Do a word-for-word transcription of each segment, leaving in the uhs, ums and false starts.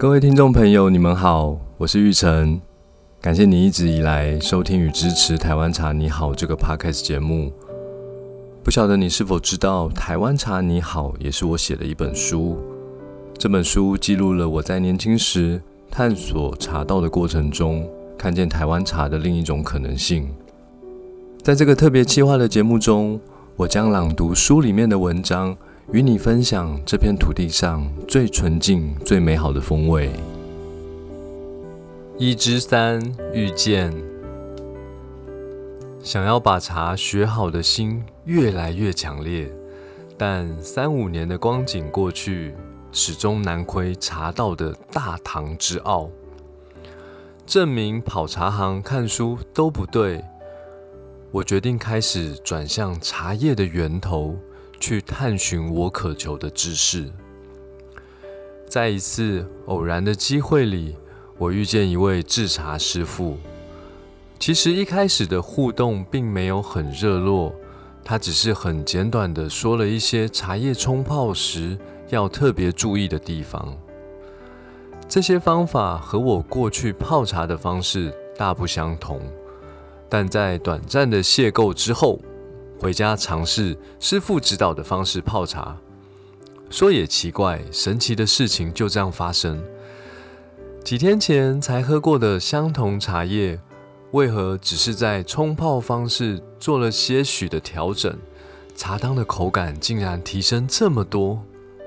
各位听众朋友，你们好，我是玉成，感谢你一直以来收听与支持台湾茶你好这个 Podcast 节目。不晓得你是否知道，台湾茶你好也是我写的一本书。这本书记录了我在年轻时探索茶道的过程中，看见台湾茶的另一种可能性。在这个特别企划的节目中，我将朗读书里面的文章，与你分享这片土地上最纯净、最美好的风味。一之三，遇见。想要把茶学好的心越来越强烈，但三五年的光景过去，始终难窥茶道的大唐之奥。证明跑茶行看书都不对，我决定开始转向茶叶的源头，去探寻我渴求的知识。在一次偶然的机会里，我遇见一位制茶师傅。其实一开始的互动并没有很热络，他只是很简短的说了一些茶叶冲泡时要特别注意的地方。这些方法和我过去泡茶的方式大不相同，但在短暂的邂逅之后，回家尝试师父指导的方式泡茶。说也奇怪，神奇的事情就这样发生。几天前才喝过的相同茶叶，为何只是在冲泡方式做了些许的调整，茶汤的口感竟然提升这么多？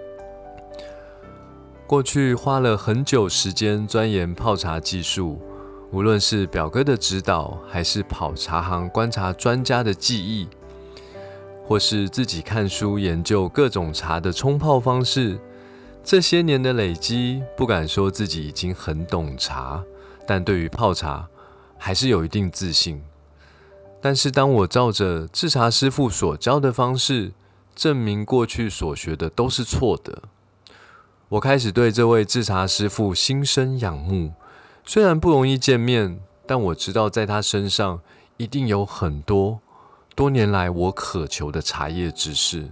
过去花了很久时间钻研泡茶技术，无论是表哥的指导，还是跑茶行观察专家的技艺，或是自己看书研究各种茶的冲泡方式，这些年的累积，不敢说自己已经很懂茶，但对于泡茶还是有一定自信。但是当我照着制茶师傅所教的方式，证明过去所学的都是错的，我开始对这位制茶师傅心生仰慕。虽然不容易见面，但我知道在他身上一定有很多多年来我渴求的茶叶知识。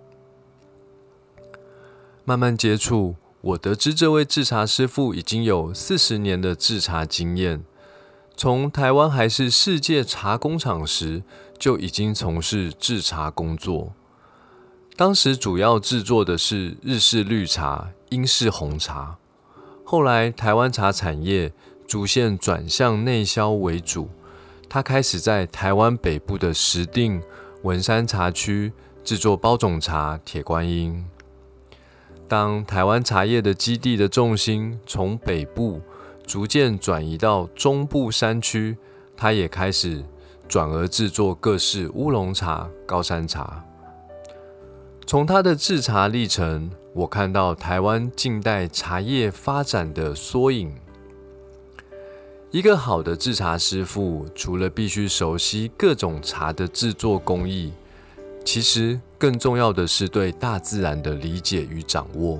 慢慢接触，我得知这位制茶师傅已经有四十年的制茶经验，从台湾还是世界茶工厂时就已经从事制茶工作。当时主要制作的是日式绿茶、英式红茶。后来台湾茶产业逐渐转向内销为主，他开始在台湾北部的石碇、文山茶区制作包种茶、铁观音。当台湾茶叶的基地的重心从北部逐渐转移到中部山区，他也开始转而制作各式乌龙茶、高山茶。从他的制茶历程，我看到台湾近代茶叶发展的缩影。一个好的制茶师傅，除了必须熟悉各种茶的制作工艺，其实更重要的是对大自然的理解与掌握。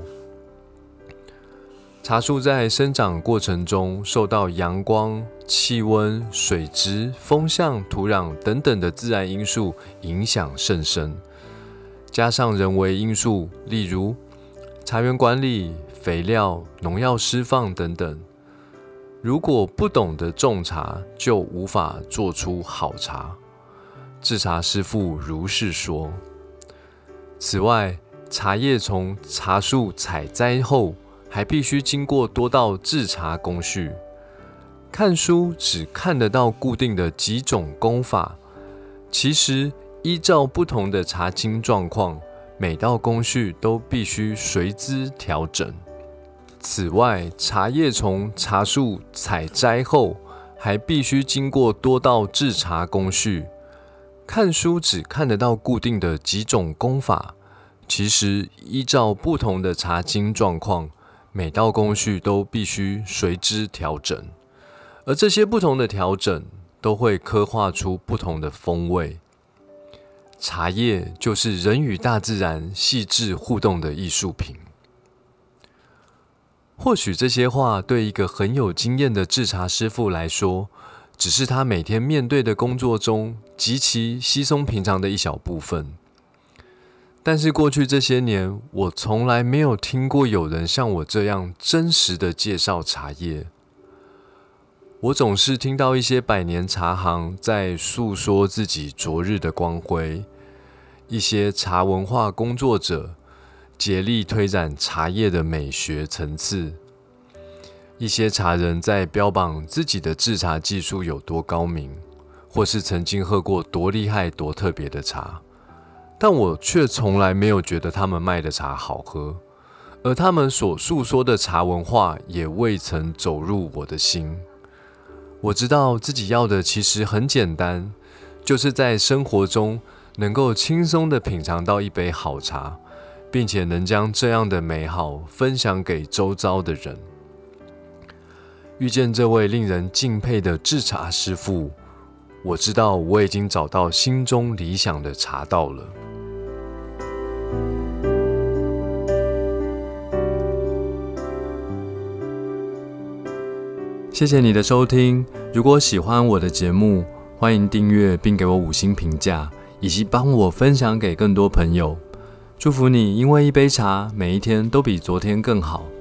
茶树在生长过程中受到阳光、气温、水质、风向、土壤等等的自然因素影响甚深，加上人为因素，例如茶园管理、肥料、农药施放等等。如果不懂得种茶，就无法做出好茶。制茶师傅如是说。此外，茶叶从茶树采摘后，还必须经过多道制茶工序。看书只看得到固定的几种功法，其实依照不同的茶青状况，每道工序都必须随之调整。此外，茶叶从茶树采摘后，还必须经过多道制茶工序。看书只看得到固定的几种功法，其实依照不同的茶青状况，每道工序都必须随之调整。而这些不同的调整，都会刻画出不同的风味。茶叶就是人与大自然细致互动的艺术品。或许这些话对一个很有经验的制茶师傅来说，只是他每天面对的工作中极其稀松平常的一小部分。 但是过去这些年，我从来没有听过有人像我这样真实的介绍茶叶。我总是听到一些百年茶行在诉说自己昨日的光辉，一些茶文化工作者竭力推展茶叶的美学层次，一些茶人在标榜自己的制茶技术有多高明，或是曾经喝过多厉害多特别的茶，但我却从来没有觉得他们卖的茶好喝，而他们所诉说的茶文化也未曾走入我的心。我知道自己要的其实很简单，就是在生活中能够轻松地品尝到一杯好茶，并且能将这样的美好分享给周遭的人。遇见这位令人敬佩的制茶师傅，我知道我已经找到心中理想的茶道了。谢谢你的收听，如果喜欢我的节目，欢迎订阅并给我五星评价，以及帮我分享给更多朋友。祝福你因为一杯茶，每一天都比昨天更好。